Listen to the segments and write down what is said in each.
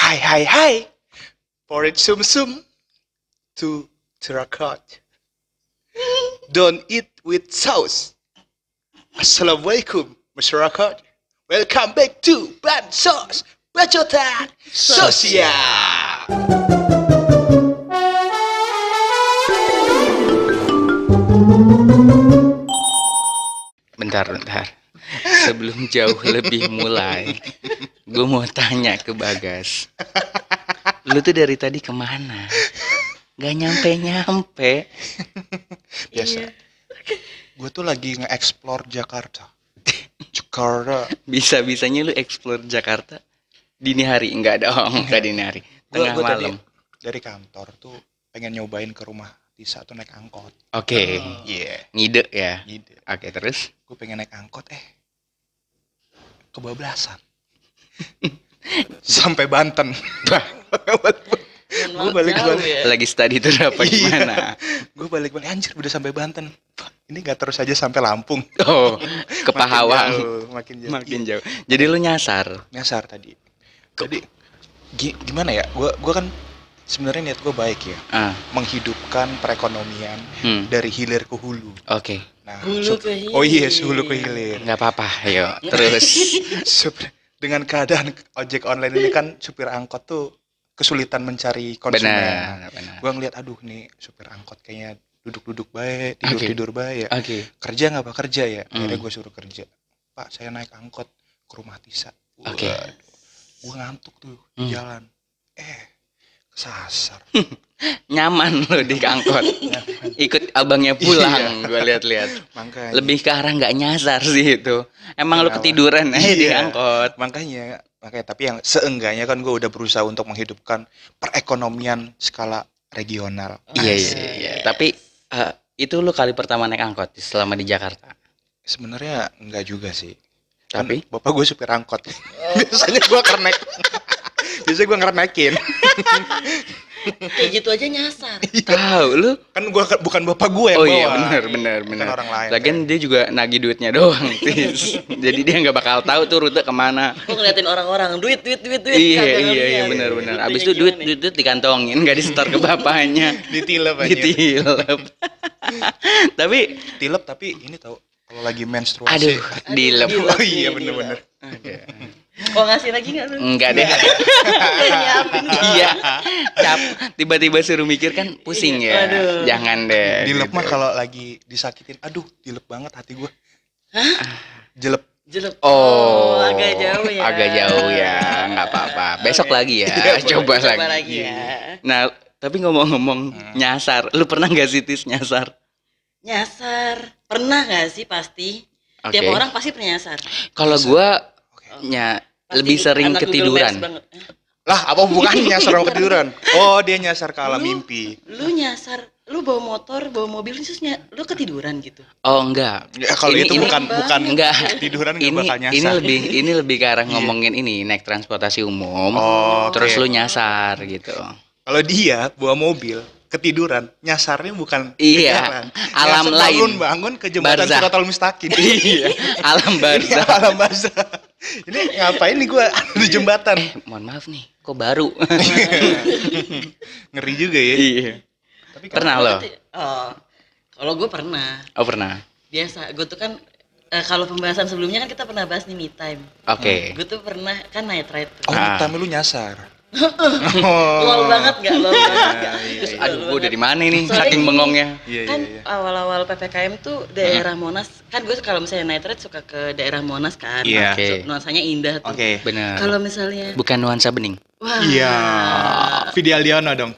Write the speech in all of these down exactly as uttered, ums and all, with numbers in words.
Hai hai hai. Porridge sum sum to terakat. Don't eat with sauce. Assalamualaikum masyarakat. Welcome back to Bansos Bacotan Sosial. Bentar, bentar. Sebelum jauh lebih mulai, gue mau tanya ke Bagas. Lu tuh dari tadi kemana? Gak nyampe-nyampe. Biasa. Gue tuh lagi nge-explore Jakarta. Jakarta. Bisa-bisanya lu explore Jakarta dini hari? Enggak dong, enggak dini hari. Gue Tengah gue tadi malam. dari kantor tuh pengen nyobain ke rumah Tisa tuh naik angkot. Oke. Iya. Ngide ya. Gitu. Oke, terus? Gue pengen naik angkot eh kebablasan. Sampai Banten. Gue balik-balik ya. Lagi study tour apa gimana? Gue balik-balik anjir udah sampai Banten. Ini gak terus aja sampai Lampung. Oh, ke Makin Pahawang. jauh, makin jauh. Makin jauh. Jadi lu nyasar. Nyasar tadi. Jadi gi- gimana ya? Gue gua kan sebenarnya niat gue baik ya, Ah, menghidupkan perekonomian hmm. dari hilir ke hulu. Oke. Nah, Hulu sup- ke hilir. Oh iya, hulu ke hilir. Nggak apa-apa, ayo. Terus. Sup- dengan keadaan ojek online ini kan supir angkot tuh kesulitan mencari konsumen. Benar, benar. Gue ngeliat aduh nih supir angkot kayaknya duduk-duduk baik, tidur-tidur baik ya. Oke. Kerja nggak apa kerja ya? Akhirnya Hmm. gue suruh kerja. Pak, saya naik angkot ke rumah Tisa. Oke. Gue ngantuk tuh di Hmm. jalan. Eh, kesasar. Nyaman lo di angkot. Ikut abangnya pulang, gue lihat-lihat. Makanya. Lebih ke arah nggak nyasar sih itu. Emang lo Kenapa? ketiduran aja di Iya. angkot. Makanya, makanya tapi yang seenggaknya kan gue udah berusaha untuk menghidupkan perekonomian skala regional. Iya, iya, iya. Tapi eh, itu lo kali pertama naik angkot selama di Jakarta. Sebenarnya enggak juga sih. Tapi? Kan bapak gue supir angkot. Biasanya gue kernek. Biasanya gue ngeremekin. Kayak gitu aja nyasar. Tahu lu? Kan gue bukan bapak gue yang Oh bawa. iya, benar, benar, Kan benar. orang lain. Lagian dia juga nagih duitnya doang, Tis. Jadi dia nggak bakal tahu tuh rute kemana. Gue ngeliatin orang-orang duit duit duit duit. Iya, kagak iya, iya, ngeliat. benar, benar. Rutenya Abis itu duit, gimana? duit, duit dikantongin, nggak disetor ke bapaknya. Ditilep aja. Ditilep. Tapi, Tilep tapi ini tahu kalau lagi menstruasi. aduh, dilep. dilep. Oh iya Dilep. bener-bener. Oh ngasih lagi nggak lu? Enggak deh. Udah nyiapin. Iya. Cap, tiba-tiba suruh mikir kan pusing ya. Aduh. Jangan deh. Dilep gitu. mah kalau lagi disakitin, aduh dilep banget hati gue. Jelep. Jelek. Oh, agak jauh ya. Agak jauh ya, nggak apa-apa. Besok Oke. lagi ya, Iya, coba, Coba lagi. lagi ya. Nah, tapi ngomong-ngomong nyasar, lu pernah nggak sih Tis nyasar? Nyasar. Pernah nggak sih pasti? Oke. Tiap orang pasti pernah nyasar. Kalau gua Oke. nya Pasti lebih sering anak Google ketiduran. Maps banget. Lah apa hubungannya nyasar sama ketiduran? Oh dia nyasar ke alam Lu- mimpi. Lu nyasar, lu bawa motor, bawa mobil terus ny- lu ketiduran gitu. Oh enggak. Ya, kalau Ini- itu ini- bukan bukan enggak. tiduran nggak Ini bakal nyasar. ini lebih ini lebih ke arah ngomongin ini naik transportasi umum. Oh, Terus oke. lu nyasar gitu. Kalau dia bawa mobil ketiduran, nyasarnya bukan Iya, kejaran. alam Nyasar lain. Bangun-bangun ke jembatan Barzah. Siratal Mustaqim. Iya, alam Ini barzah. alam barzah. Ini ngapain nih gue di jembatan? Mohon maaf nih, kok baru? Ngeri juga ya. Iya. Tapi kan- Pernah lo? Oh, kalau gue pernah. Oh pernah. Biasa, gue tuh kan eh, kalau pembahasan sebelumnya kan kita pernah bahas nih me time. Oke. Gue tuh pernah kan night ride tuh. Oh, Ah. tapi lu nyasar. Lol banget gak? Lol banget gak? Terus Aduh, lol gue dari banget. mana nih? Soalnya Saking gini, bengongnya. Iya, Kan iya, iya. awal-awal P P K M tuh daerah Monas. Kan gue kalau misalnya night ride suka ke daerah Monas kan. Iya. Oke. Nuansanya indah tuh. Oke. Bener. Kalau misalnya Bukan nuansa bening. wah. Iya. Vidi Aldiano dong.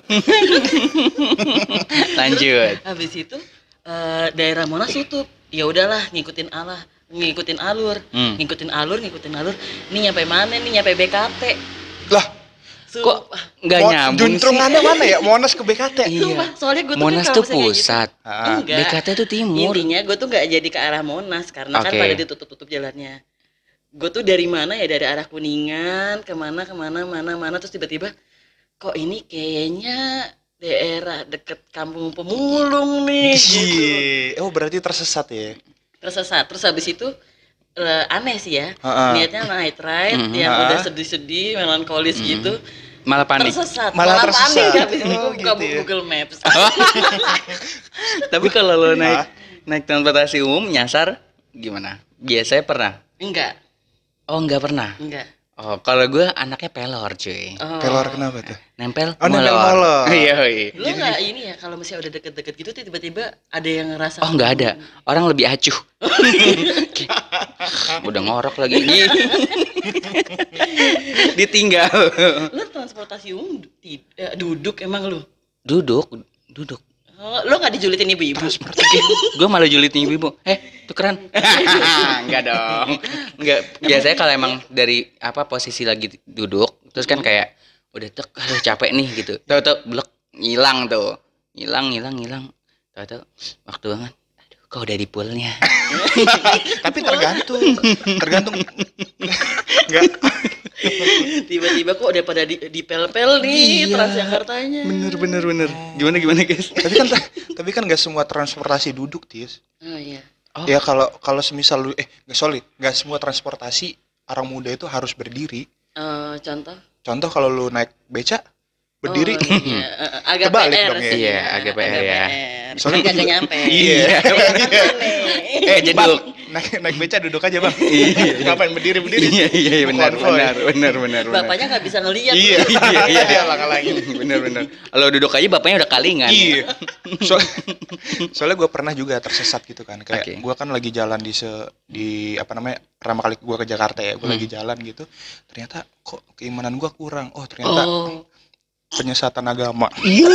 Lanjut. Habis itu eh, daerah Monas tutup. Ya udahlah ngikutin Allah, ngikutin alur, Hmm. ngikutin alur, ngikutin alur. Ini nyampe mana nih? Nyampe B K T. Lah, Kok nggak Mo- nyambung sih? juntrungannya mana ya? Monas ke B K T. Iya. Sumpah, soalnya gue tuh Monas kan tuh kalau misalnya kayak pusat. gitu, Ah. enggak. B K T tuh timur. Intinya gue tuh nggak jadi ke arah Monas karena kan Oke. pada ditutup-tutup jalannya. Gue tuh dari mana ya, dari arah Kuningan kemana kemana mana mana terus tiba-tiba kok ini kayaknya daerah deket Kampung Pemulung nih. Gitu. Iya. Oh, berarti tersesat ya. Tersesat. Terus habis itu eh, aneh sih ya. Ha-ha. Niatnya night ride Mhm. yang Ha-ha. udah sedih-sedih, melankolis Mhm. gitu. malah panik. Tersesat. Malah tersesat. panik nggak bisa Oh, buka gitu ya. Google Maps. Tapi kalau lo naik Hah? naik transportasi umum nyasar gimana? Biasanya pernah? Enggak, Oh, nggak pernah. enggak. Oh, kalau gue anaknya pelor, cuy. Oh. Pelor kenapa tuh? Nempel Oh, nempel molor. Iya, iya. Lu nggak ini ya kalau misalnya udah deket-deket gitu tuh tiba-tiba ada yang ngerasa Oh, nggak ada. Orang lebih acuh. Udah ngorok lagi. Ditinggal. lu transportasi umum du- ti- eh, duduk emang lu. Duduk, duduk. Oh, lu nggak dijulitin ibu-ibu. Gue malah julitin ibu-ibu. Eh, tukeran. Enggak dong. Enggak. Biasanya kalau emang dari apa posisi lagi duduk, terus kan kayak udah tek, aduh capek nih gitu. Tahu-tahu blek hilang tuh. Hilang, hilang, hilang. Tahu-tahu waktu banget. Aduh, kok udah di poolnya. Tapi tergantung. Tergantung. Enggak. Tiba-tiba kok udah pada di, dipel-pel nih Iya. Transjakartanya. Bener, bener, bener. Gimana, gimana guys? Tapi kan tapi kan nggak semua transportasi duduk, Tis. Oh iya. Oh. Ya kalau kalau semisal lu eh nggak solid, nggak semua transportasi orang muda itu harus berdiri. Eh, contoh. Contoh kalau lu naik beca berdiri. Oh, iya. Eh, eh, agak Kebalik P R dong ya. sih. Iya, agak P R ya. Soalnya Soalnya- kagak nyampe. Iya. Eh, jeduk. naik naik beca duduk aja, Bang. Iya. Ngapain berdiri-berdiri? Iya, iya, iya, benar, Konvoy. benar, benar, benar, benar. Bapaknya nggak bisa ngeliat. Iya. Iya, iya, Dia halang-halangin. bener bener. Kalau duduk aja bapaknya udah kalingan. Iya. So, soalnya gue pernah juga tersesat gitu kan. Kayak Oke. gue kan lagi jalan di se di apa namanya pertama kali gue ke Jakarta ya. Gue Hmm. lagi jalan gitu. Ternyata kok keimanan gue kurang. Oh ternyata Oh. penyesatan agama.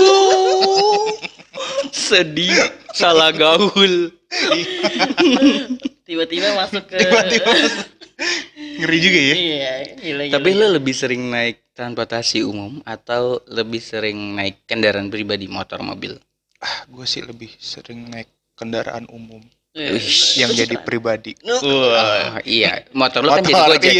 Sedih, salah gaul. Tiba-tiba masuk ke. Tiba-tiba ngeri juga ya. Iya, gila, gila. Tapi lo lebih sering naik transportasi umum atau lebih sering naik kendaraan pribadi, motor, mobil? Ah, gue sih lebih sering naik kendaraan umum Iya. Wih, yang Terus jadi terang. pribadi. Nuh. Oh, iya, motor lo kan jadi Motor, Gojek. iya.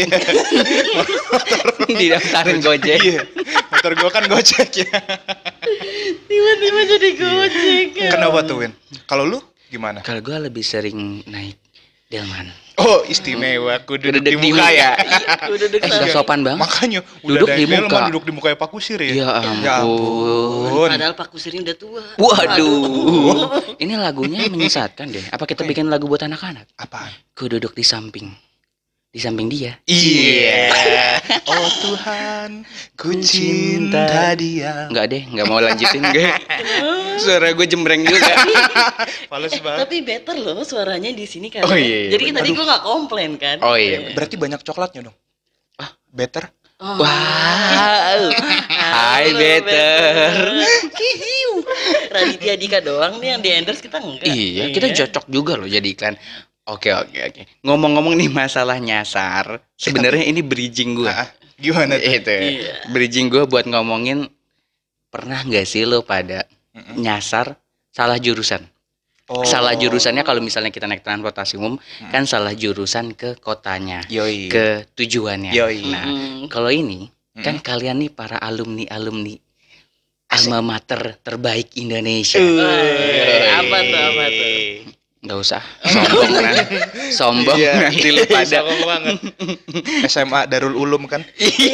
Didaftarin Gojek. Iya. Motor gue kan Gojek ya. Tiba-tiba jadi gojek. ya. Kenapa tuh, Win? Kalau lu gimana? Kalau gue lebih sering naik delman. Oh, istimewa. Kudu Duduk duduk di muka ya. Udah duduk Eh, sudah sana. sopan banget. Makanya Duduk udah di naik delman, muka. duduk di muka Pak Kusir ya. Ya ampun. Padahal Pak Kusir ini udah tua. Waduh. Ini lagunya menyesatkan deh. Apa kita bikin lagu buat anak-anak? Apaan? Ku duduk di samping. Di samping dia. Iya. Oh Tuhan, ku cinta dia. Enggak deh, enggak mau lanjutin gue. Suara gue jembreng juga. Males Eh, banget. tapi better loh suaranya di sini kan. Oh, iya, iya, Jadi benar. tadi gua nggak komplain kan. Oh iya. Berarti banyak coklatnya dong. Ah, better. Oh. Wow. Hai Halo, better. Hihiu. Raditya Dika doang nih yang di endorse kita enggak. Iya, kita cocok juga loh jadi iklan. Oke, oke, oke. Ngomong-ngomong nih masalah nyasar, sebenarnya ini bridging gue. Ah, gimana tuh? Itu. Iya. Bridging gue buat ngomongin pernah nggak sih lo pada Mm-mm. nyasar salah jurusan? Oh. Salah jurusannya kalau misalnya kita naik transportasi umum kan salah jurusan ke kotanya, Yoi. ke tujuannya. Yoi. Nah, Mm. kalau ini kan Mm. kalian nih para alumni-alumni alma mater terbaik Indonesia. Eh, apa tuh, apa tuh? Nggak usah sombong kan. Sombong Iya. nanti lu pada Sombong banget. S M A Darul Ulum kan.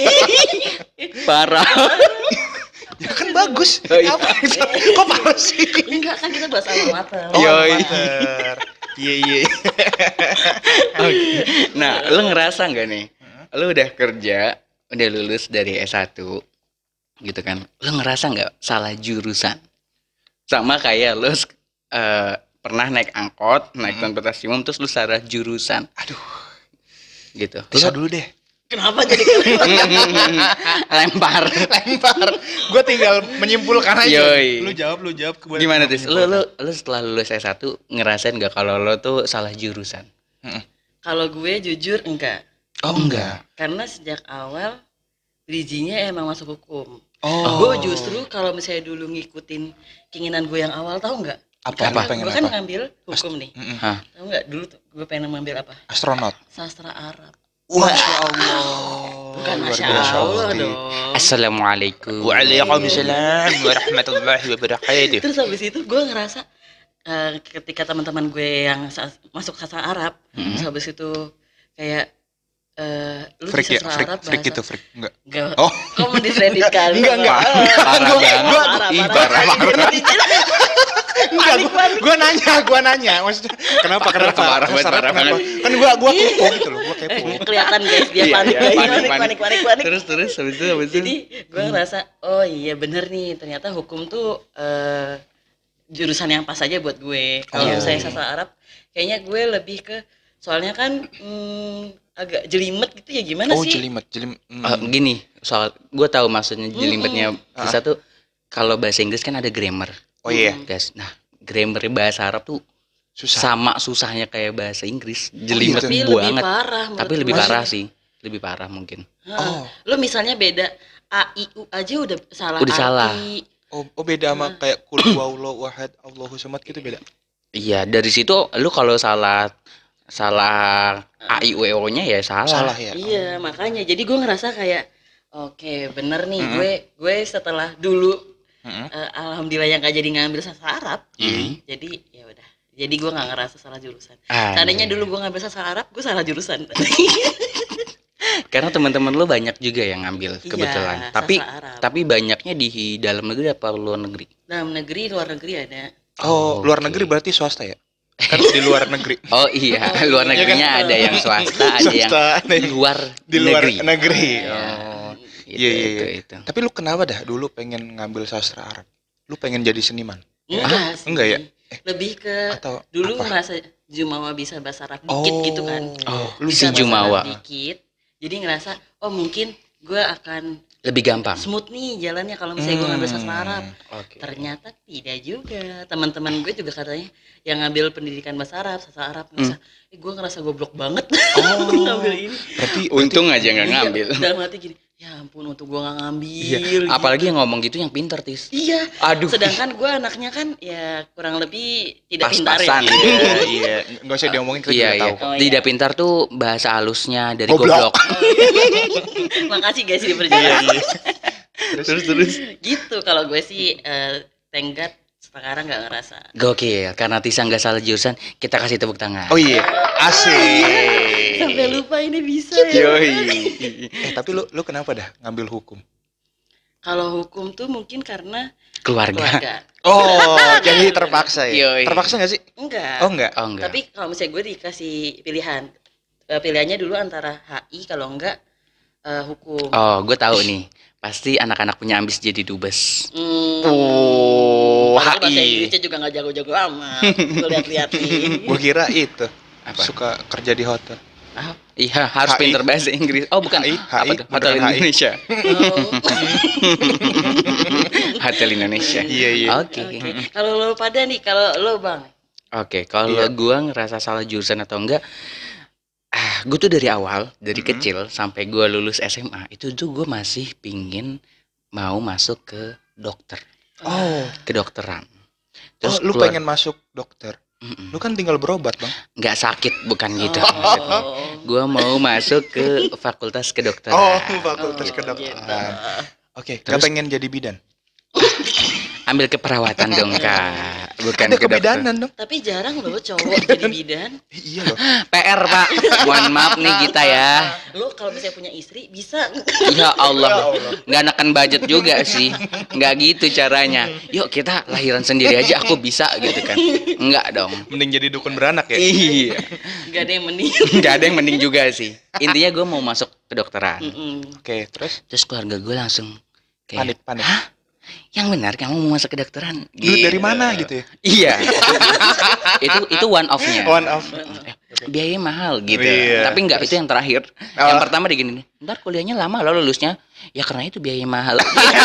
parah. Ya kan bagus. Oh, iya. Apa itu? Kok parah sih? Enggak kan kita bahas alma mater. Oh, Yoi. bener. Iya, iya. Oke. Nah, lu ngerasa nggak nih? Lu udah kerja, udah lulus dari S satu gitu kan. Lu ngerasa nggak salah jurusan? Sama kayak lu eh, pernah naik angkot, naik transportasi umum terus lu salah jurusan. Aduh, Gitu. bisa Lu dulu deh. Kenapa jadi kalian? lempar. Lempar. Gue tinggal menyimpulkan aja. Yoi. Lu jawab, lu jawab. Gua Gimana tinggal Tis? Lu, lu, menyimpulkan. lu setelah lulus S satu ngerasain nggak kalau lu tuh salah jurusan? Kalau gue jujur enggak. Oh, enggak. Karena sejak awal bridgingnya emang masuk hukum. Oh. Gue justru kalau misalnya dulu ngikutin keinginan gue yang awal, tahu nggak? Apa? Karena Apa? Pengen gue kan apa? ngambil hukum nih. Mm-mm. Hah? Tahu nggak dulu tuh gue pengen ngambil apa? Astronot. Sastra Arab. Masya Allah. Bukan Luar Masya biasa, Allah Ukti. dong. Assalamualaikum. Waalaikumsalam warahmatullahi wabarakatuh. Terus habis itu gue ngerasa eh, ketika teman-teman gue yang sa- masuk sastra Arab, terus habis itu kayak eh, lu Freak di ya, sastra freak, Arab freak bahasa gitu, freak. Enggak. Enggak. Oh. Kok diskredit kali. Enggak, enggak. Parah Gua- banget. gua- Ih, parah, parah banget. Enggak, gua, gua nanya, gua nanya. Maksudnya kenapa kenapa? Parah banget, Syarat parah kenapa? banget. Kan gua gua kepo gitu loh, gua kepo. Eh, kelihatan guys dia Iya, panik, iya, guys. panik, panik, panik. panik, panik, panik. Terus terus habis itu habis itu. Jadi gue ngerasa oh iya bener nih ternyata hukum tuh eh, jurusan yang pas aja buat gue. Kalau Oh. misalnya sastra Arab, kayaknya gue lebih ke soalnya kan hmm, agak jelimet gitu ya gimana Oh, sih? jelimet, jelimet. Hmm. Oh, gini, soal gue tahu maksudnya jelimetnya Ah. bisa tuh kalau bahasa Inggris kan ada grammar, Oh iya, guys. Nah, grammar bahasa Arab tuh susah. sama susahnya kayak bahasa Inggris, jelimet gitu. Tapi lebih banget. parah. menurut Tapi lebih gue. parah sih, lebih parah mungkin. Hah. Oh. Lo misalnya beda A I U aja udah salah Udah salah. arti. Oh, oh beda sama kayak kul huwallahu ahad, Allahu samad gitu beda. Iya, dari situ lu kalau salah salah A I U E O-nya ya salah. Salah ya. Iya, makanya jadi gue ngerasa kayak oke, bener nih Mm-mm. gue gue setelah dulu Heeh. eh, alhamdulillah yang gak jadi ngambil sastra Arab. Hmm. Jadi ya udah. Jadi gue nggak ngerasa salah jurusan. Anjay. Seandainya dulu gue ngambil sastra Arab, gue salah jurusan. Karena teman-teman lu banyak juga yang ngambil Iya, kebetulan. sastra Tapi Arab. tapi banyaknya di dalam negeri apa luar negeri? Dalam negeri, luar negeri ada. Oh, Oke. luar negeri berarti swasta ya? Kan di luar negeri. Oh iya, luar negerinya ada yang swasta, ada yang Swasta, ada di yang luar di luar negeri. negeri. Iya. Oh. Itu, Iya, iya, itu, iya. itu. Tapi lu kenapa dah dulu pengen ngambil sastra Arab? Lu pengen jadi seniman Enggak sih. enggak ya? Lebih ke atau dulu apa? ngerasa Jumawa bisa bahasa Arab dikit gitu kan. Oh, lu si Bisa bahasa Jumawa. Arab dikit. Jadi ngerasa oh mungkin gue akan Lebih gampang. smooth nih jalannya kalau misalnya gue ngambil sastra Arab. Oke. Ternyata tidak juga. Teman-teman gue juga katanya yang ngambil pendidikan bahasa Arab, sastra Arab ngerasa, eh gue ngerasa goblok banget Oh. ngambil ini. Berarti Untung aja nggak Iya, ngambil. dalam hati gini, ya ampun untuk gue nggak ngambil. Iya. gitu. Apalagi yang ngomong gitu yang pinter, Tis. Iya. Aduh. Sedangkan gue anaknya kan ya kurang lebih tidak pintar ya. Pas-pasan. iya, iya, enggak usah diomongin kita Iya, juga iya. tahu. Oh, iya. Tidak pintar tuh bahasa halusnya dari Goblok. goblok. Makasih guys diperjelas. Iya, Terus terus. Gitu kalau gue sih eh, thank God sekarang nggak ngerasa. Gokil, karena Tisa nggak salah jurusan, kita kasih tepuk tangan. Oh iya, asik. Sampai lupa ini bisa ya. Yoi. Eh, tapi lu lu kenapa dah ngambil hukum? Kalau hukum tuh mungkin karena Keluarga. keluarga. Oh, jadi terpaksa ya? Yoi. Terpaksa nggak sih? Enggak. Oh enggak. Oh enggak. Tapi kalau misalnya gue dikasih pilihan, eh, pilihannya dulu antara H I kalau enggak eh, hukum. Oh, gue tahu nih. Pasti anak-anak punya ambis jadi dubes. Hmm. Oh, Padahal bahasa H I. Inggrisnya juga nggak jago-jago amat. Gue lihat-lihat nih. Gua kira itu Apa? suka kerja di hotel. Ah, Iya, harus H I. pinter bahasa Inggris. Oh, bukan. H I, Apa H I, tuh? Hotel beneran H I. Indonesia. oh. Hotel Indonesia. Iya, iya. Oke. Oke. Kalau lo pada nih, kalau lo bang, Oke, kalau Iya. gua ngerasa salah jurusan atau enggak, ah, gue tuh dari awal, dari Mhm. kecil sampai gua lulus S M A, itu tuh gue masih pingin mau masuk ke dokter, Oh, kedokteran. oh lu keluar- pengen masuk dokter. Mm-mm. Lu kan tinggal berobat, Bang. nggak sakit, bukan gitu. oh, Gua mau masuk ke fakultas kedokteran. Oh, fakultas oh, kedokteran. gitu. Oke, Terus? nggak pengen jadi bidan. Ambil keperawatan dong, Kak. Bukan Ada ke dokter. kebidanan dong. Tapi jarang loh cowok jadi bidan. Eh, iya loh. P R, Pak. Mohon maaf nih kita ya. Lo kalau misalnya punya istri bisa. Ya Allah, nggak nakan budget juga sih, nggak gitu caranya. Yuk kita lahiran sendiri aja, aku bisa gitu kan? Nggak dong. Mending jadi dukun beranak ya. Iya, Gak ada yang mending. nggak ada yang mending juga sih. Intinya gue mau masuk kedokteran. Mm-mm. Oke, terus Terus keluarga gue langsung panik, kayak, panik. hah? Yang benar kamu mau masuk kedokteran? Duit dari Gitu. mana gitu ya? Iya. itu itu one off-nya. One off. Eh, biayanya mahal gitu. Iya. Tapi enggak, itu yang terakhir. Oh. Yang pertama di gini nih. Ntar kuliahnya lama lo lulusnya. Ya karena itu biayanya mahal.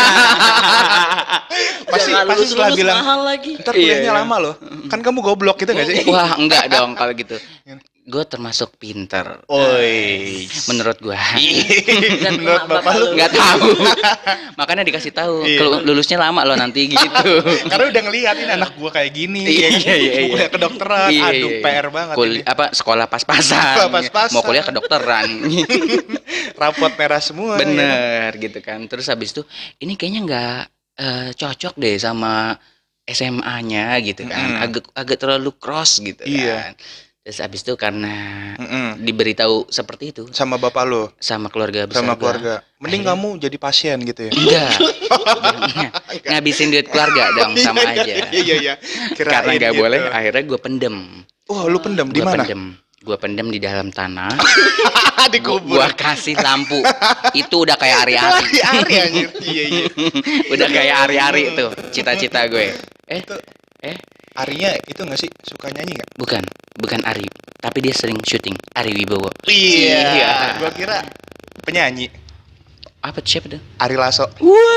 Pasti Jangan pasti setelah lulus-lulus bilang mahal lagi. ntar Iya, kuliahnya iya. lama loh. Kan kamu goblok gitu gak sih? Wah, enggak dong kalau gitu. Gue termasuk pinter Oi. menurut gue. Dan Menurut emak bapak lu lu. Nggak tahu. Makanya dikasih tahu. Iya. Kalau lulusnya lama lo nanti gitu. Karena udah ngeliat ini anak gua kayak gini. Iya, ya kan? iya, iya. Mau kuliah kedokteran. Iya, Aduh, iya. P R banget Kul ini. apa sekolah pas-pasan. Sekolah pas-pasan. Mau kuliah kedokteran. Rapot merah semua. ya kan? Bener gitu kan. Terus habis itu ini kayaknya nggak eh, cocok deh sama S M A-nya gitu kan. Mm. Agak agak terlalu cross gitu Iya. kan. Terus abis itu karena Mm-mm. diberitahu seperti itu Sama bapak lo, sama keluarga besar sama gua. keluarga. Mending Akhirnya- kamu jadi pasien gitu ya. Enggak. Ngabisin duit keluarga dong sama Iya, aja. Iya iya iya. Kirain Karena nggak gitu. boleh, akhirnya gue pendem. Oh, lu pendem di Gue mana? pendem. Gue pendem di dalam tanah. Dikubur. Gue kasih lampu. Itu udah kayak ari-ari. Ari anjir. Iya iya. Udah kayak ari-ari tuh cita-cita gue. Eh, Itu eh, Arinya itu nggak sih suka nyanyi nggak? bukan, bukan Ari, tapi dia sering syuting Ari Wibowo. Iya. Gua kira penyanyi. Apa tuh, siapa tuh? Ari Lasso.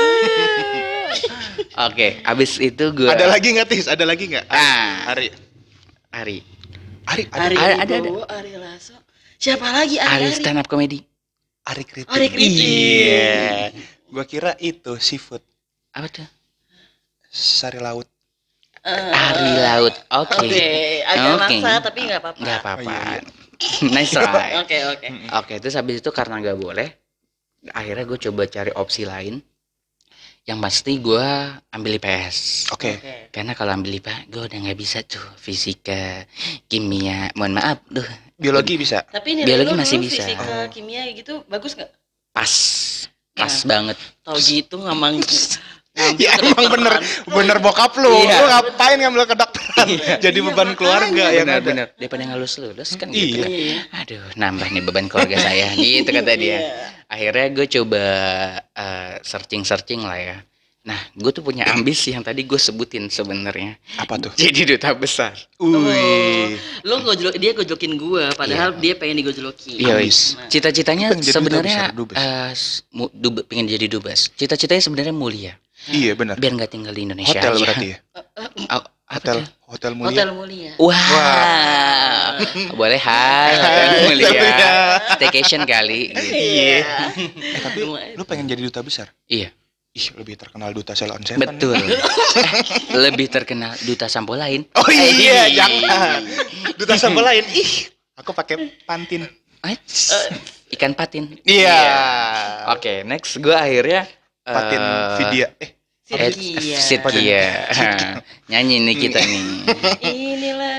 Oke, abis itu gue. Ada lagi nggak Tis? Ada lagi nggak? Ah, Ari. Ari. Ari. Ari. Ari Ada, ada, Wibowo, Ari Lasso. Siapa lagi Ari Ari? Ari? stand up comedy. Ari Kritik. Ari Kritik. Iya. Gua kira itu seafood. Apa tuh? Sari laut. Eh, Ari Laut. Oke. Oke, agak Oke. maksa tapi nggak apa-apa. Nggak apa-apa. Oh, iya, Nice try. Oke, oke. Oke, terus habis itu karena nggak boleh, akhirnya gue coba cari opsi lain. Yang pasti gue ambil I P S. Oke. Oke. Karena kalau ambil I P A, gue udah nggak bisa tuh fisika, kimia. Mohon maaf, duh, Biologi bisa. Tapi nilai Biologi lu masih dulu bisa. fisika, Oh. kimia gitu bagus nggak? pas, pas Nah. banget. Tau gitu ngamang Ya emang bener bener bokap lu. Iya. Lu ngapain ngambil kedokteran? Jadi Iya, beban makanya. keluarga yang ada. Benar-benar daripada nggak lulus lulus kan gitu. Iya. Iya. Aduh, nambah nih beban keluarga saya. Gitu kata dia. Iya. Akhirnya gue coba uh, searching-searching lah ya. Nah, gue tuh punya ambisi yang tadi gue sebutin sebenarnya. Apa tuh? Jadi duta besar. Wih. Lo gojlok, dia gojlokin gua padahal dia pengen digojlokin. Iya, Ambis. Nah, cita-citanya Pengen jadi duta sebenarnya besar, dubes. eh, s- mu- dube- pengen jadi dubes. Cita-citanya sebenarnya mulia, Iya benar. biar nggak tinggal di Indonesia Hotel aja. berarti ya. Oh, apa Hotel tuh? hotel mulia. Hotel mulia. Wah, boleh hai hotel mulia, Mulia. staycation kali. Gitu. Iya. Eh, tapi lu pengen jadi duta besar? Iya, Ih, lebih terkenal duta Ceylon Seven. betul. Eh, lebih terkenal duta sampo lain. Oh iya, Eh, jangan. Duta sampo lain. Ih, aku pakai pantin. Eh, ikan patin. Iya. Oke, next gue akhirnya Patin eh, Vidya. Eh, Eh, Sirkia. Sitkia. Nyanyi nih kita nih. Inilah.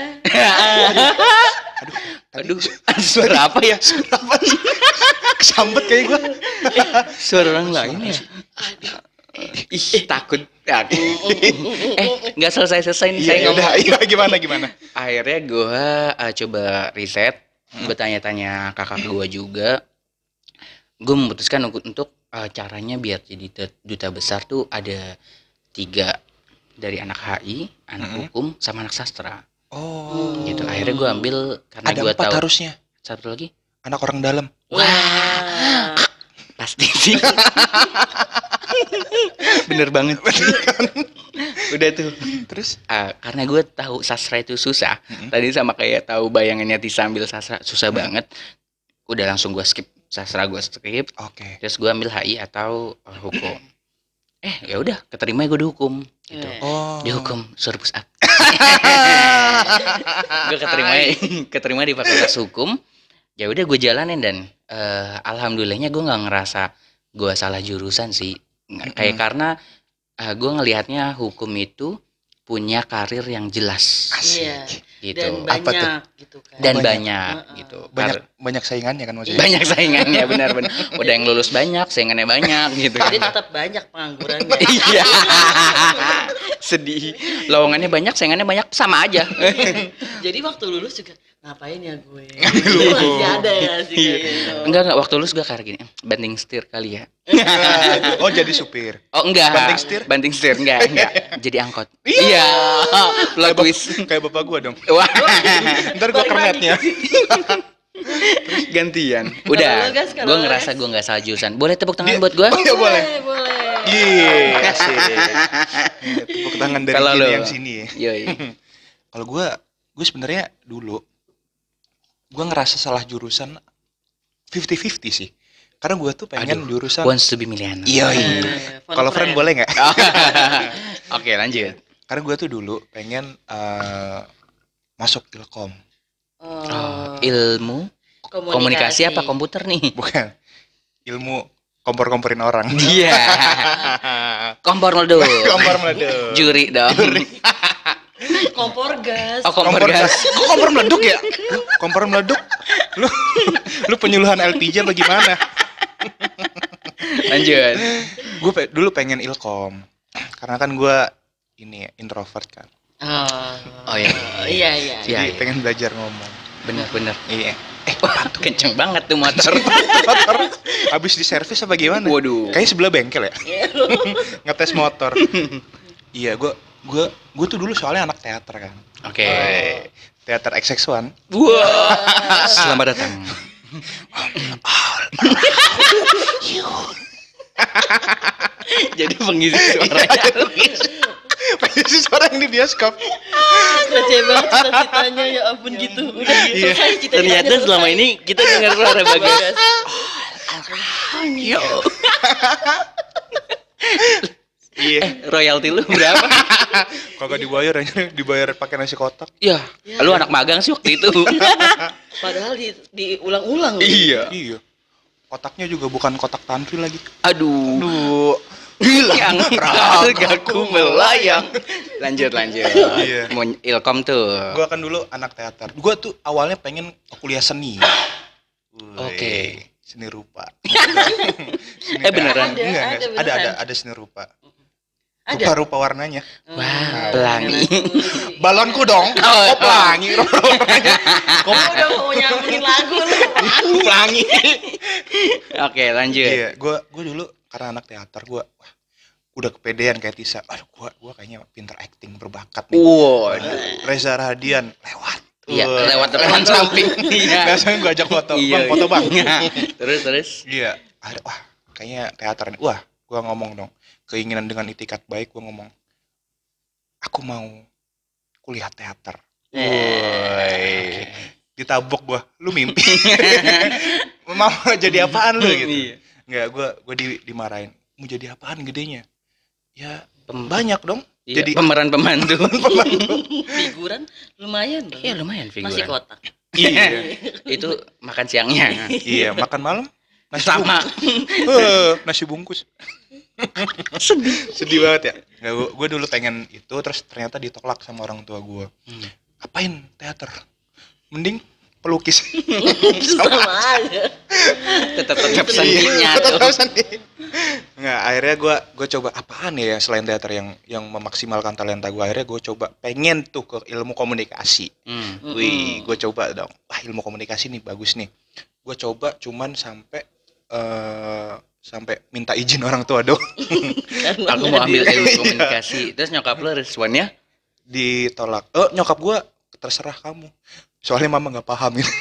Aduh, suara apa ya? apa sih? Kesambet kayak gua. Suara orang lain ya? Ih, takut. Aku. Eh, nggak selesai-selesai nih saya Iya, ngomong. udah. Iya, gimana gimana? Akhirnya gue coba riset, gue tanya-tanya kakak gue juga. Gue memutuskan untuk, untuk eh, caranya biar jadi te- duta besar tuh ada tiga, dari anak H I, anak Mm-mm. hukum, sama anak sastra. Oh. Gitu. Akhirnya gue ambil karena Ada gue empat tahu. harusnya. Satu lagi? Anak orang dalam. Wah. Pasti sih. Bener banget. Udah tuh. Terus? Ah, karena gue tahu sastra itu susah. Mm-mm. Tadi sama kayak tahu bayangannya Tisa ambil sastra susah banget. Udah langsung gue skip sastra, gue skip. Oke. Terus gue ambil H I atau uh, hukum. Eh ya udah, keterima gue di hukum. Gitu. Eh. Oh. Di hukum suruh push up. Gue keterima keterima di fakultas hukum. Ya udah gue jalanin dan eh, alhamdulillahnya gue nggak ngerasa gue salah jurusan sih. Nggak- Kayak Mm-mm. karena eh, gue ngelihatnya hukum itu punya karir yang jelas Iya. gitu. Dan Apa tuh? banyak gitu kan. Dan Banyak. banyak Heeh. gitu. Banyak Kar- banyak saingannya kan maksudnya. banyak saingannya, benar-benar. Udah yang lulus banyak, saingannya banyak gitu. Tapi tetap banyak penganggurannya. Iya. Sedih. Lowongannya banyak, saingannya banyak, sama aja. Jadi waktu lulus juga ngapain ya gue? Ngambil Masih hukum. ada ya sih kayak gitu. Enggak, enggak, waktu lulus gue kayak gini, banting setir kali ya. Oh, jadi supir. Oh enggak. Banting setir? Banting setir enggak, enggak. Jadi angkot. Iya. Plot Kayak, twist. bap- kayak bapak gua dong. Wah, Ntar gua Balik kernetnya. gantian. Kalau Udah. lu, guys, kalau Gue lu, ngerasa guys. gue nggak salah jurusan. Boleh tepuk tangan Dia- buat gue? Oh, iya boleh. Boleh. Iya, asik. Tepuk tangan dari Kalau sini lu? yang sini ya. Yoi. Kalau gua gue sebenarnya dulu gua ngerasa salah jurusan fifty fifty sih. Karena gua tuh pengen Aduh, jurusan Wants to be millionaire. Iya, Eh, iya. fun Kalau friend boleh nggak? Oke, lanjut. Karena gua tuh dulu pengen eh, masuk Ilkom. Oh, Oh, ilmu komunikasi apa komputer nih? Bukan. Ilmu kompor-komporin orang. Iya. Kompor meledup. Kompor meledup. Juri dong. Kompor gas. Oh, kompor gas. Kok kompor meleduk ya? Lu, kompor meleduk. Lu lu penyuluhan L P G bagaimana? Lanjut. Gue pe- dulu pengen ilkom. Karena kan gue ini introvert kan. Oh, Oh, iya. iya iya. Iya, Jadi iya. pengen belajar ngomong. Bener-bener. Iya. Eh, wah, tuh kenceng banget tuh motor. Motor habis diservis apa gimana? Waduh. Kayaknya sebelah bengkel ya. Ngetes motor. Iya, gue gue gue tuh dulu soalnya anak teater kan. Oke. Woi, teater X X one. Wah. Selamat datang. Jadi pengisi suaranya. Pengisi suara yang di bioskop. Receh banget cita-citanya ya ampun gitu. Udah Iya. selesai cita-citanya. Ternyata selama ini kita dengar suara Bagas. Yo. Iya. Eh, royalti lu berapa? Kagak dibayar aja, dibayar pakai nasi kotak. Ya, lu anak magang sih waktu itu. Padahal di diulang-ulang. Iya. Iya. Kotaknya juga bukan kotak tantri lagi. Aduh. Duh. Hilang ragaku melayang. Lanjut lanjut. Iya. Mau ilkom tuh. Gua kan dulu anak teater. Gua tuh awalnya pengen kuliah seni. Woi, Oke. Seni rupa. Eh, beneran? Enggak, enggak. Ada, Ada, ada, beneran. ada seni rupa. Ada. Rupa-rupa warnanya. Wah, pelangi. Balonku dong. Oh, Oh, pelangi. Rupa-rupanya. Kamu udah mau nyambungin lagu lu. Pelangi. Oke, lanjut. Iya, gua gua dulu karena anak teater gua wah, udah kepedean kayak Tisa. Aduh, gua gua kayaknya pinter acting, berbakat nih. Wow. Reza Radian lewat. Iya, Wah. lewat depan samping. Iya. Biasanya gua ajak foto. Iya, Bang, foto, Bang. iya. Terus terus. Iya. Ada wah, kayaknya teater nih. Wah, gua ngomong dong. Keinginan dengan itikat baik gua ngomong. Aku mau kuliah teater. Woi. Ditabok gua. Lu mimpi. Mau jadi apaan lu gitu. Iya. Enggak, gua gua di, dimarahin. Mau jadi apaan gedenya? Ya, Pem- banyak dong. Iya, Jadi pemeran pembantu. Figuran lumayan dong. Iya, lumayan figuran. Masih kotak. iya. Itu makan siangnya. Iya, makan malam nasi Sama. bungkus. Eh, nasi bungkus. Sedih. Sedih banget ya. Nggak, gua, gua dulu pengen itu terus ternyata ditolak sama orang tua gua. Hmm. Apain teater? Mending pelukis. Sama aja. Tetap tetap seninya tuh. Tetap sendiri. Nggak, akhirnya gua gua coba apaan ya selain teater yang yang memaksimalkan talenta gua. Akhirnya gua coba pengen tuh ke ilmu komunikasi. Hmm. Wih, gue coba dong. Wah, ilmu komunikasi nih bagus nih. Gue coba cuman sampai eh sampai minta izin orang tua dong. Aku mau ambil ilmu Iya. komunikasi. Terus nyokap lu responnya? Ditolak. Oh, nyokap gue terserah kamu. Soalnya mama nggak paham ini.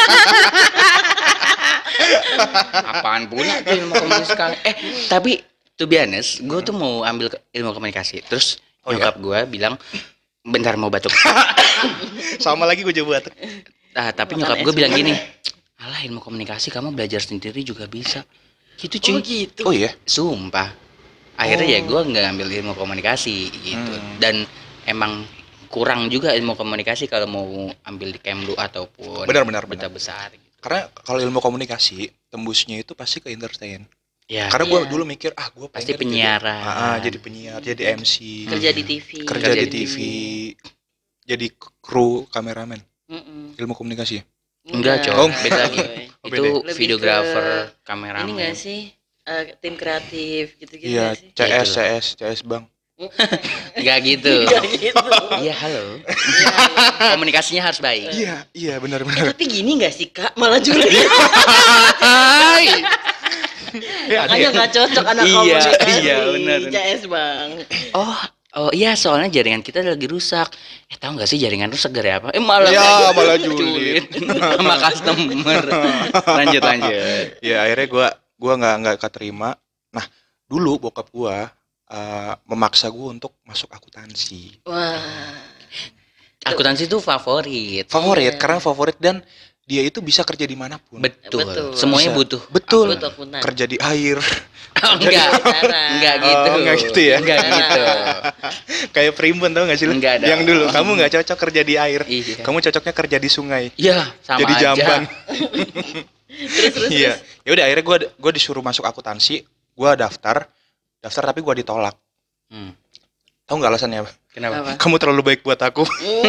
Apaan pula tuh ilmu komunikasi? Eh, tapi to be honest, gue tuh mau ambil ke- ilmu komunikasi. Terus Oh, nyokap gue bilang, bentar mau batuk. Sama lagi gue coba tuh. Ah, tapi Makan nyokap es gue bilang buah. gini, alah ilmu komunikasi kamu belajar sendiri juga bisa. Gitu cuy. Oh gitu. Oh iya. Sumpah. Akhirnya Oh. ya gue nggak ambil ilmu komunikasi gitu. Hmm. Dan emang kurang juga ilmu komunikasi kalau mau ambil di Kemlu ataupun Benar, benar, duta benar. besar. Gitu. Karena kalau ilmu komunikasi tembusnya itu pasti ke entertain. Ya, Karena gue Iya. dulu mikir ah gue pasti penyiaran. Jadi, ah, jadi penyiar, jadi M C, Kerja di T V. kerja di T V, jadi kru kameramen. Mm-mm. Ilmu komunikasi ya. Enggak, Oh, Cok. Beda lagi. Oh, Itu Lebih videografer, ke kameramen. Ini enggak sih? Eh, tim kreatif gitu-gitu Iya, nggak sih? C Ya, S, itu C S, C S Bang. Enggak gitu. Nggak gitu. Iya, halo. Iya, iya. Komunikasinya harus baik. Iya, iya Eh, benar-benar. tapi gini nggak sih kak? Malah juga Hai. Ya, ada makanya ya? nggak cocok anak Iya, komunikasi. iya, benar. C S bang. Oh, oh iya soalnya jaringan kita lagi rusak. Eh tahu nggak sih jaringan rusak gara apa? Eh malah Ya, nggak malah julid. julid. Sama customer. Lanjut lanjut. Ya akhirnya gua gua nggak nggak keterima. Nah, dulu bokap gua eh, memaksa gua untuk masuk akuntansi. Wah. Akuntansi itu favorit. Favorit Iya. karena favorit dan dia itu bisa kerja dimanapun. Betul. Betul. Semuanya Bisa. butuh. Betul. Butuh akuntan. Kerja di air. Oh, enggak. Sekarang. Enggak Oh, gitu. enggak gitu ya? Enggak gitu. Kayak primbon tau gak sih lu? Enggak dong. Yang dulu kamu nggak cocok kerja di air. Iya. Kamu cocoknya kerja di sungai. Iya, sama Jadi aja. jamban. Terus terus. Iya. terus. Ya udah akhirnya gua gua disuruh masuk akuntansi, gua daftar. Daftar tapi gua ditolak. Hmm. Tahu Tahu nggak alasannya apa? Kenapa? Apa? Kamu terlalu baik buat aku.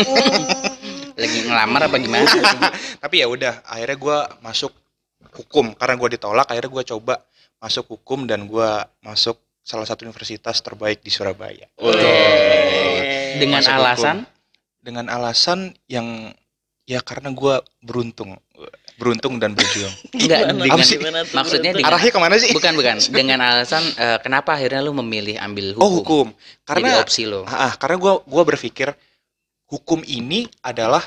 Lagi ngelamar apa gimana? Tapi ya udah, akhirnya gue masuk hukum karena gue ditolak. Akhirnya gue coba masuk hukum dan gue masuk salah satu universitas terbaik di Surabaya. Weh. Dengan Masuk alasan Dengan alasan yang ya karena gue beruntung, beruntung dan berjuang. enggak Gimana? dengan Apa sih? Gimana tuh? maksudnya Beruntung. dengan Arahnya kemana sih? bukan bukan dengan alasan eh, kenapa akhirnya lu memilih ambil hukum? Oh hukum, Jadi karena opsi lo. ah, ah, karena gue gua berpikir hukum ini adalah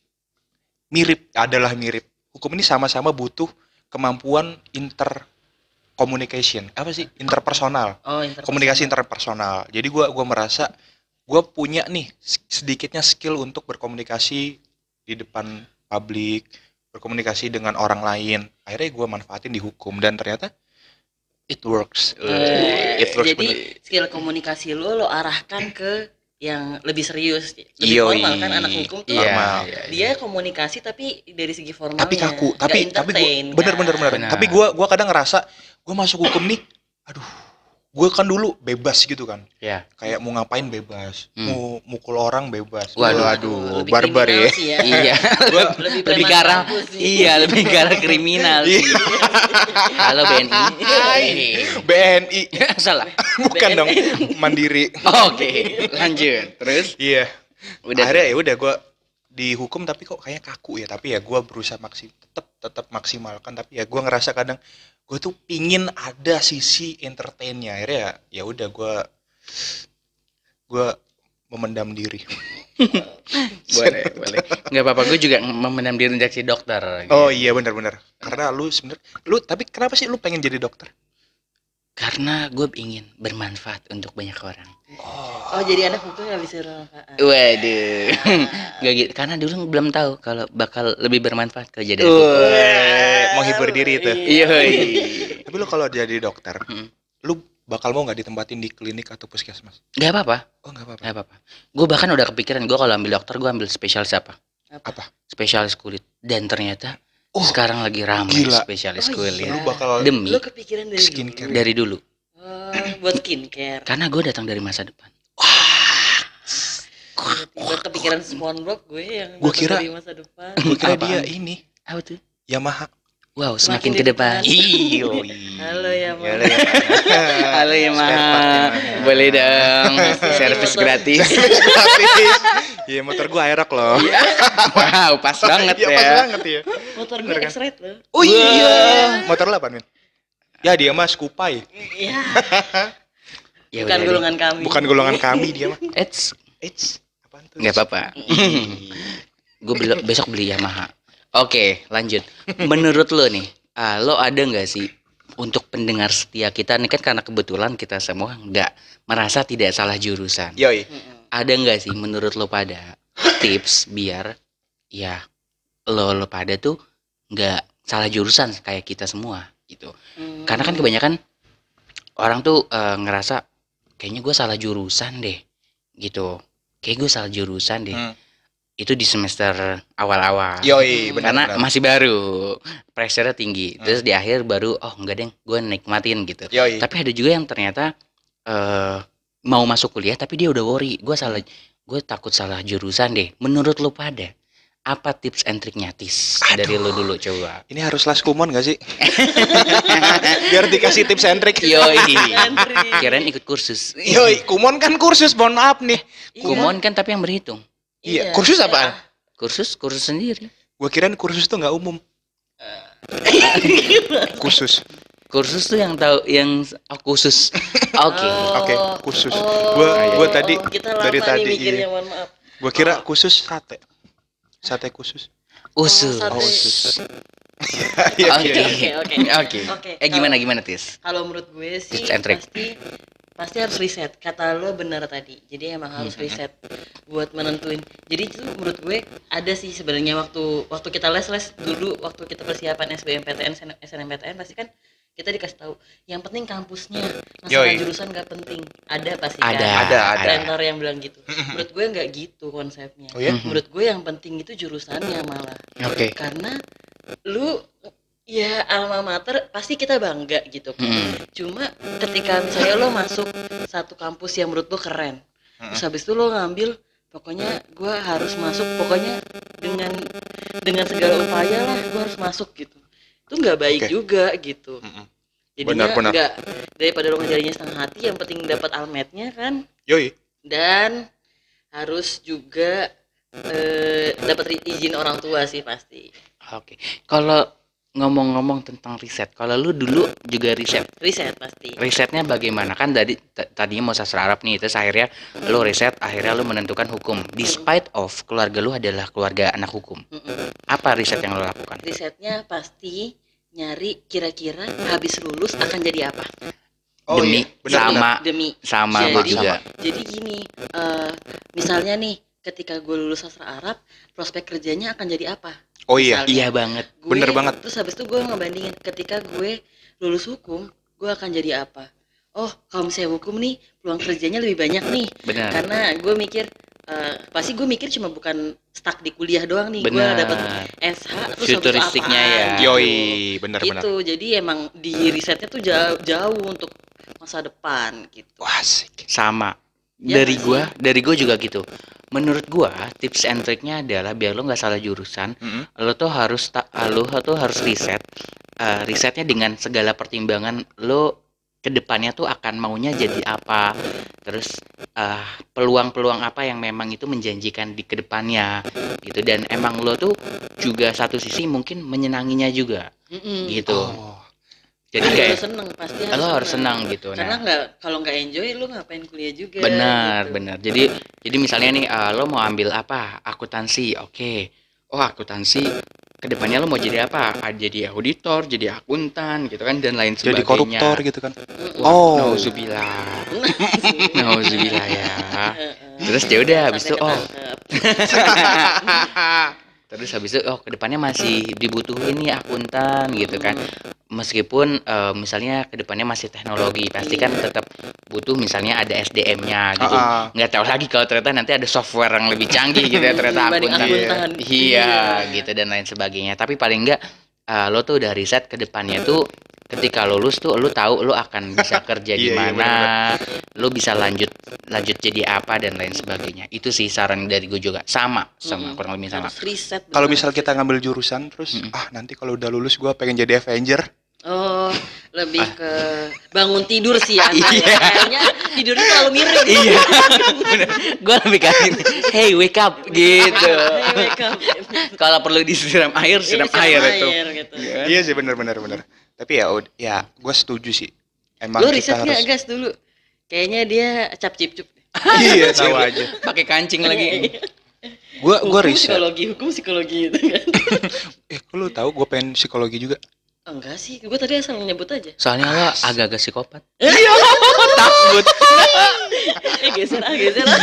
mirip, adalah mirip. Hukum ini sama-sama butuh kemampuan intercommunication, apa sih interpersonal, Oh, interpersonal. komunikasi interpersonal. Jadi gue gua merasa gue punya nih sedikitnya skill untuk berkomunikasi di depan publik, berkomunikasi dengan orang lain. Akhirnya gue manfaatin di hukum dan ternyata it works. Eh, It works jadi bener. skill komunikasi lo lo arahkan ke yang lebih serius, lebih Yoi. formal kan anak hukum tuh. Iya, Formal. iya, iya. Dia komunikasi tapi dari segi formalnya. Tapi kaku, tapi nggak tapi gua, entertain, bener kan? bener bener. Benar. Tapi gue gua kadang ngerasa gue masuk hukum nih, aduh, gue kan dulu bebas gitu kan, Ya. kayak mau ngapain bebas, Hmm. mau mukul orang bebas. Waduh. Waduh, Lebih barbar kriminal ya. sih ya. Iya. Gua- Lebih, lebih preman garang. kampus sih. Iya, lebih garang kriminal sih. Halo B N I. B N I Salah. bukan dong, Mandiri. Oke, lanjut. Terus Iya. udah Akhirnya ya udah gue dihukum tapi kok kayaknya kaku ya. Tapi ya gue berusaha maksim, tetap tetap maksimalkan. Tapi ya gue ngerasa kadang gue tuh pingin ada sisi entertainnya. Akhirnya ya ya udah gue gue memendam diri. boleh, boleh. Enggak apa-apa, gue juga memendam diri jadi dokter. Oh iya benar-benar. Karena lu sebenarnya lu tapi kenapa sih lu pengen jadi dokter? Karena gue ingin bermanfaat untuk banyak orang. Oh, jadi anak hukum yang bisa bermanfaat. Waduh. Gak gitu. Karena dulu belum tahu kalau bakal lebih bermanfaat kalau jadi Uh. hukum. Weh, menghibur diri itu. Iya. Tapi lu kalau jadi dokter, Hmm. lu bakal mau nggak ditempatin di klinik atau puskesmas? Gak apa-apa. Oh nggak apa-apa. Gak apa-apa. Gue bahkan udah kepikiran gue kalau ambil dokter gue ambil spesialis apa? Apa? Spesialis kulit. Dan ternyata Oh, sekarang lagi ramai gila. spesialis Oh, kulit. iya. Lu bakal Demi Lo kepikiran dari skincare. dari dulu. dulu? Oh, buat skincare. Karena gue datang dari masa depan. Tiba kepikiran SpongeBob gue yang Gua datang kira- dari masa depan. Gue kira Apaan? dia ini Apa tuh? Yamaha. Wow, Semakin semakin, di ke depan. depan. Iyo. Halo ya, Mas. Halo ya. Halo ya, Spare part ya, Mah. Mas. Boleh dong. Masih Servis motor. gratis. Gratis. Iya motor gua Aerox loh. Wow, pas banget Iya ya. pas banget ya. Motor gue Bener kan? X-Rate loh. Oh iya. Motor lu apa, Min? Ya dia mah Skupai. Iya. Ya Bukan udah deh. golongan kami. Bukan golongan kami dia mah. Eits, Eits, apaan tuh? nggak apa-apa. Gue besok beli Yamaha. Oke, lanjut. Menurut lo nih, ah, lo ada nggak sih untuk pendengar setia kita nih kan karena kebetulan kita semua nggak merasa tidak salah jurusan. Yoi. Ada nggak sih menurut lo pada tips biar ya lo lo pada tuh nggak salah jurusan kayak kita semua gitu. Hmm. Karena kan kebanyakan orang tuh eh, ngerasa kayaknya gue salah jurusan deh gitu. Kayak gue salah jurusan deh. Hmm. Itu di semester awal-awal. Yoi, benar. Karena benar. masih baru, pressure-nya tinggi. Hmm. Terus di akhir baru oh enggak deh, gue nikmatin gitu. Yoi. Tapi ada juga yang ternyata eh mau masuk kuliah tapi dia udah worry. Gue salah, gue takut salah jurusan deh. Menurut lo pada apa tips and triknya Tis? Dari lo dulu coba. Ini harus les kumon gak sih? Biar dikasih tips and trick. Yoi. Antri. Kirain ikut kursus. Yoi, kumon kan kursus, mohon maaf nih. Iya. Kumon kan tapi yang berhitung. Iya, kursus apaan? Kursus, kursus sendiri. Gue kirain kursus tuh nggak umum. Kursus. Kursus tuh yang tahu yang oh, khusus. Oke. Oh, Oke, kursus. oh, Gua- gua tadi- kita lama dari nih tadi, mikirnya, iya. mohon maaf. Gue kira khusus sate. Sate khusus. Usus. Oh, sate. Oh, khusus. Oke. Iya, Oke, iya. oke. Oke. Oke, Eh gimana kalau- gimana Tis? Kalau menurut gue sih Tips and trick. pasti pasti harus riset. Kata lo benar tadi. Jadi emang harus Hmm. riset buat menentuin. Jadi itu menurut gue ada sih sebenarnya waktu waktu kita les-les dulu waktu kita persiapan S B M P T N S N M P T N pasti kan kita dikasih tahu yang penting kampusnya, masalah Yoi. jurusan gak penting. Ada pasti Ada, kan. Ada, ada. Mentor yang bilang gitu. Menurut gue nggak gitu konsepnya. Oh ya? Menurut gue yang penting itu jurusannya malah. Oke. Karena lu ya alma mater pasti kita bangga gitu kan. Hmm. Cuma ketika misalnya lo masuk satu kampus yang menurut lo keren, terus habis itu lo ngambil pokoknya gue harus masuk pokoknya dengan dengan segala upaya lah gue harus masuk gitu. Itu nggak baik Oke. juga gitu. Mm-mm. Jadinya Benar, benar. nggak daripada lo ngejadinya setengah hati yang penting dapat almetnya kan. Yoi. Dan harus juga eh, dapat ri- izin orang tua sih pasti. Oke. Kalau ngomong-ngomong tentang riset, kalau lu dulu juga riset. Riset pasti. Risetnya bagaimana? Kan tadi t- tadinya mau sastra Arab nih, terus akhirnya lu riset, akhirnya lu menentukan hukum. Despite of keluarga lu adalah keluarga anak hukum. Mm-mm. Apa riset yang lu lakukan? Risetnya pasti nyari kira-kira habis lulus akan jadi apa. Oh, Demi iya. Benar, sama benar. Demi sama jadi, gua juga. jadi gini, eh, misalnya nih ketika gue lulus sastra Arab, prospek kerjanya akan jadi apa? Oh iya. Misalnya, Iya banget. gue, Bener banget. Terus habis itu gue ngebandingin ketika gue lulus hukum, gue akan jadi apa? Oh, kalau misalnya hukum nih, peluang kerjanya lebih banyak nih. Benar. Karena gue mikir, eh, pasti gue mikir cuma bukan stuck di kuliah doang nih. Gue Benar. dapat S H terus habis itu Futuristiknya apaan, ya. gitu. Yoi, benar-benar. Gitu. Jadi emang di risetnya tuh jauh, jauh untuk masa depan gitu. Wah, asik. Sama. Ya Dari nggak gua, dari gua juga gitu. Menurut gua, tips and triknya adalah biar lo nggak salah jurusan, Mm-mm. lo tuh harus tak, lo tuh harus riset. Eh, risetnya dengan segala pertimbangan lo kedepannya tuh akan maunya jadi apa, terus eh, peluang-peluang apa yang memang itu menjanjikan di kedepannya gitu. Dan emang lo tuh juga satu sisi mungkin menyenanginya juga Mm-mm. gitu. Oh. Jadi Harus kayak seneng pasti lo harus senang gitu. Karena Nah, nggak kalau nggak enjoy lu ngapain kuliah juga. benar, gitu. benar. Jadi jadi misalnya nih eh, lo mau ambil apa? Akuntansi. Oke. Oh, akuntansi kedepannya lo mau jadi apa? Ah, jadi auditor, jadi akuntan gitu kan dan lain Jadi sebagainya. koruptor gitu kan. Mm-mm. Oh. Nauzubillah. Nauzubillah ya. Terus ya udah habis itu Sampai oh, ketangkep. terus habis itu oh kedepannya masih dibutuhin nih akuntan gitu kan. Meskipun eh, misalnya kedepannya masih teknologi, pasti kan tetap butuh misalnya ada S D M-nya gitu. Ah, ah. Nggak tahu lagi kalau ternyata nanti ada software yang lebih canggih gitu ya ternyata Dibanding akuntan. akuntan. Iya, Iya. gitu dan lain sebagainya. Tapi paling enggak eh, lo tuh udah riset ke depannya tuh ketika lulus tuh lo tahu lo akan bisa kerja di Iya, iya, mana, lo bisa lanjut lanjut jadi apa dan lain sebagainya. Itu sih saran dari gue juga. Sama, sama Mm-mm. kurang lebih sama. Harus riset. Kalau bener. misal kita ngambil jurusan terus Mm-mm. ah nanti kalau udah lulus gua pengen jadi Avenger. Oh, lebih ke bangun tidur sih ya. Iya. Kayaknya tidurnya terlalu miring. Iya, gue lebih kasih, hey wake up gitu. Hey, wake up. Kalau perlu disiram air, siram Iya, air siram itu. air, gitu. Iya sih benar-benar benar. Tapi ya ud- ya gua setuju sih. Emang Lu kita riset nggak harus gas dulu? Kayaknya dia cap cip cup. Iya, tahu aja. Pakai kancing lagi. Gua gua Hukum riset. psikologi, hukum psikologi itu kan. Eh, kok lu tahu gua pengen psikologi juga? Enggak sih, gue tadi asal nyebut aja. Soalnya lo agak-agak psikopat. Iya, Takut. eh geser ah, geser ah.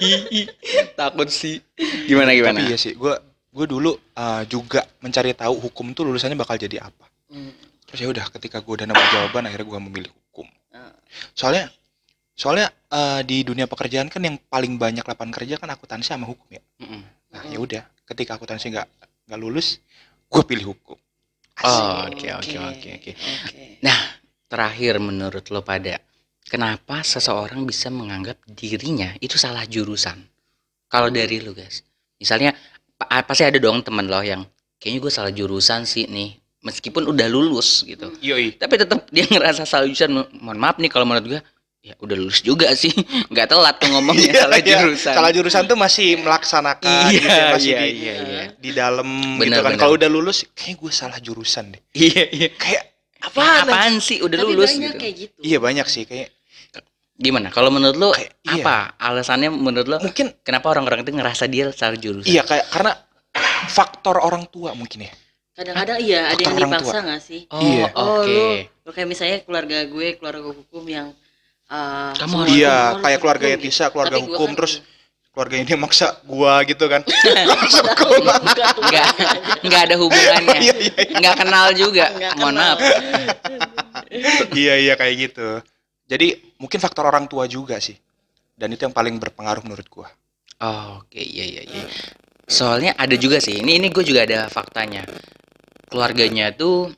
Takut sih. Gimana gimana? Tapi iya sih, gua gua dulu uh, juga mencari tahu hukum tuh lulusannya bakal jadi apa. Hmm. Terus ya udah ketika gua udah nemu jawaban akhirnya gua memilih hukum. Ah. Soalnya soalnya uh, di dunia pekerjaan kan yang paling banyak lapangan kerja kan akuntansi sama hukum ya. Mm-mm. Nah, ya udah, ketika akuntansi nggak nggak lulus, gua pilih hukum. Oh, oke oke oke oke. Oke. Terakhir menurut lo pada, kenapa seseorang bisa menganggap dirinya itu salah jurusan? Kalau dari lo guys, misalnya pa- pasti ada dong teman lo yang kayaknya gue salah jurusan sih nih, meskipun udah lulus gitu. Yoi. Tapi tetap dia ngerasa salah jurusan. Mo- Mohon maaf nih kalau menurut gue, ya udah lulus juga sih, nggak telat tuh ngomongnya salah Iya, jurusan. salah jurusan tuh masih melaksanakan Iya, gitu ya, masih iya, di, iya, iya. di dalam Benar, gitu kan. benar. Kalau udah lulus, kayak gue salah jurusan deh. Iya iya. Kayak Apaan, apaan? apaan sih udah Tapi lulus banyak gitu. kayak gitu. Iya banyak sih kayak Gimana? Kalau menurut lo Kayak- iya. apa alasannya menurut lo? mungkin Kenapa orang-orang itu ngerasa dia salah jurusan? iya kayak karena faktor orang tua mungkin ya. Kadang-kadang iya ada yang Faktor orang dipaksa tua. nggak sih? Oh, Iya. Oh, oke. lu, lu kayak misalnya keluarga gue, keluarga hukum yang uh, Kamu semua harus- Iya, semua harus kayak keluarga hukum Tisa, keluarga Tapi gua hukum kan- terus keluarga ini maksa gua gitu kan. Masuk Padahal sekolah. bukan. Enggak, enggak ada hubungannya. Iya, iya, iya. Enggak kenal juga. Nggak Mohon kenal. maaf. Iya iya kayak gitu. Jadi mungkin faktor orang tua juga sih. Dan itu yang paling berpengaruh menurut gua. Oh, oke, iya iya iya. Soalnya ada juga sih. Ini ini gue juga ada faktanya. Keluarganya tuh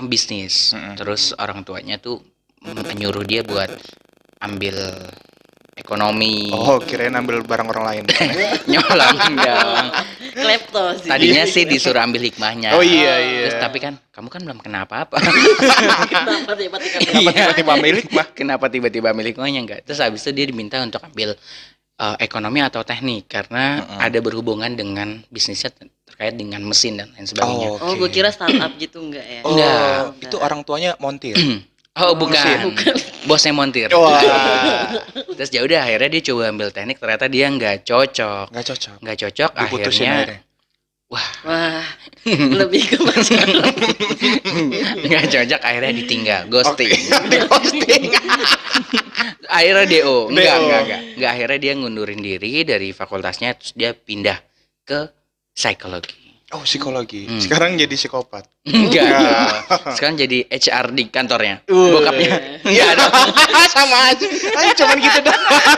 pembisnis. Mm-mm. Terus orang tuanya tuh menyuruh dia buat ambil ekonomi. Oh, kirain ambil barang orang lain. Nyolong dong. Klepto sih. Tadinya sih disuruh ambil hikmahnya. Oh iya iya. Terus tapi kan kamu kan belum kena apa-apa. Kenapa tiba-tiba Kenapa tiba-tiba milik mah? Kenapa tiba-tiba ambil hikmahnya enggak? Terus habis itu dia diminta untuk ambil uh, ekonomi atau teknik karena Mm-mm. ada berhubungan dengan bisnisnya ter- terkait dengan mesin dan lain sebagainya. Oh, Oh, Oke. gue kira startup gitu enggak ya? Oh, Enggak. itu orang tuanya montir. Oh, bukan. mesin. Bosnya montir. Wah, Terus ya udah akhirnya dia coba ambil teknik ternyata dia nggak cocok. nggak cocok. Nggak cocok Diputusin akhirnya akhirnya. Wah, lebih ke pacaran. nggak cocok akhirnya ditinggal ghosting. Di posting. Akhirnya D O. Enggak, D O. enggak, enggak. Enggak akhirnya dia ngundurin diri dari fakultasnya terus dia pindah ke psikologi. Oh, psikologi. Hmm. Sekarang jadi psikopat. Enggak. Enggak. Sekarang jadi H R di kantornya. Uh. Bokapnya. Iya dong. Sama aja. Ayo cuman gitu dah.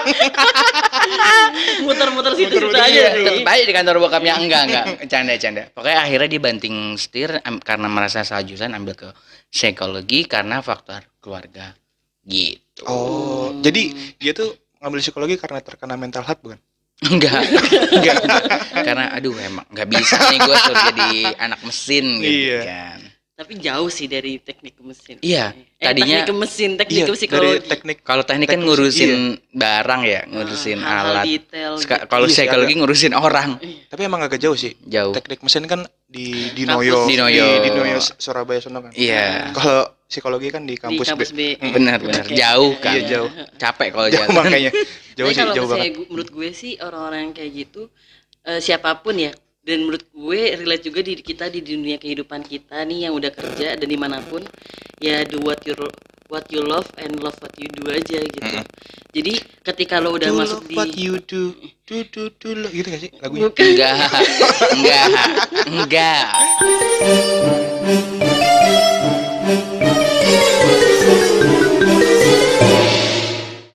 Muter-muter situ-situ Muter-muter, aja iya. sih. Tetep aja di kantor bokapnya enggak, enggak. Canda, canda. Pokoknya akhirnya dia banting setir am- karena merasa salah jurusan ambil ke psikologi karena faktor keluarga. Gitu. Oh, jadi dia tuh ngambil psikologi karena terkena mental health bukan? Enggak, enggak, enggak. Karena aduh emang nggak bisa nih gue suruh jadi anak mesin gitu Iya. kan. Tapi jauh sih dari teknik ke mesin. Iya, Eh, tadinya- teknik ke mesin, teknik Iya, ke dari psikologi. teknik. Kalau teknik kan Teknik, ngurusin barang ya, ngurusin Ah, hal-hal alat. detail. Seka- gitu. Kalau Iya sih, psikologi ngurusin orang. Tapi emang agak jauh sih. Jauh. Teknik mesin kan di di Kampus. Noyo, Di Noyo. di, di Noyo Surabaya sono kan. Iya, Kalau psikologi kan di Di kampus, kampus B. B. benar benar. Oke. Jauh kan. Iya, jauh. Capek kalau Jauh jalan. makanya. Jauh Tapi sih, kalau jauh misalnya banget. gu- menurut gue sih orang-orang yang kayak gitu eh, siapapun ya, dan menurut gue relate juga di kita di dunia kehidupan kita nih yang udah kerja dan dimanapun, ya do what you what you love and love what you do aja gitu. Mm-mm. Jadi ketika lo udah Do masuk love di what you do, do do do love. Gitu gak sih lagunya? bukan Enggak, enggak, enggak.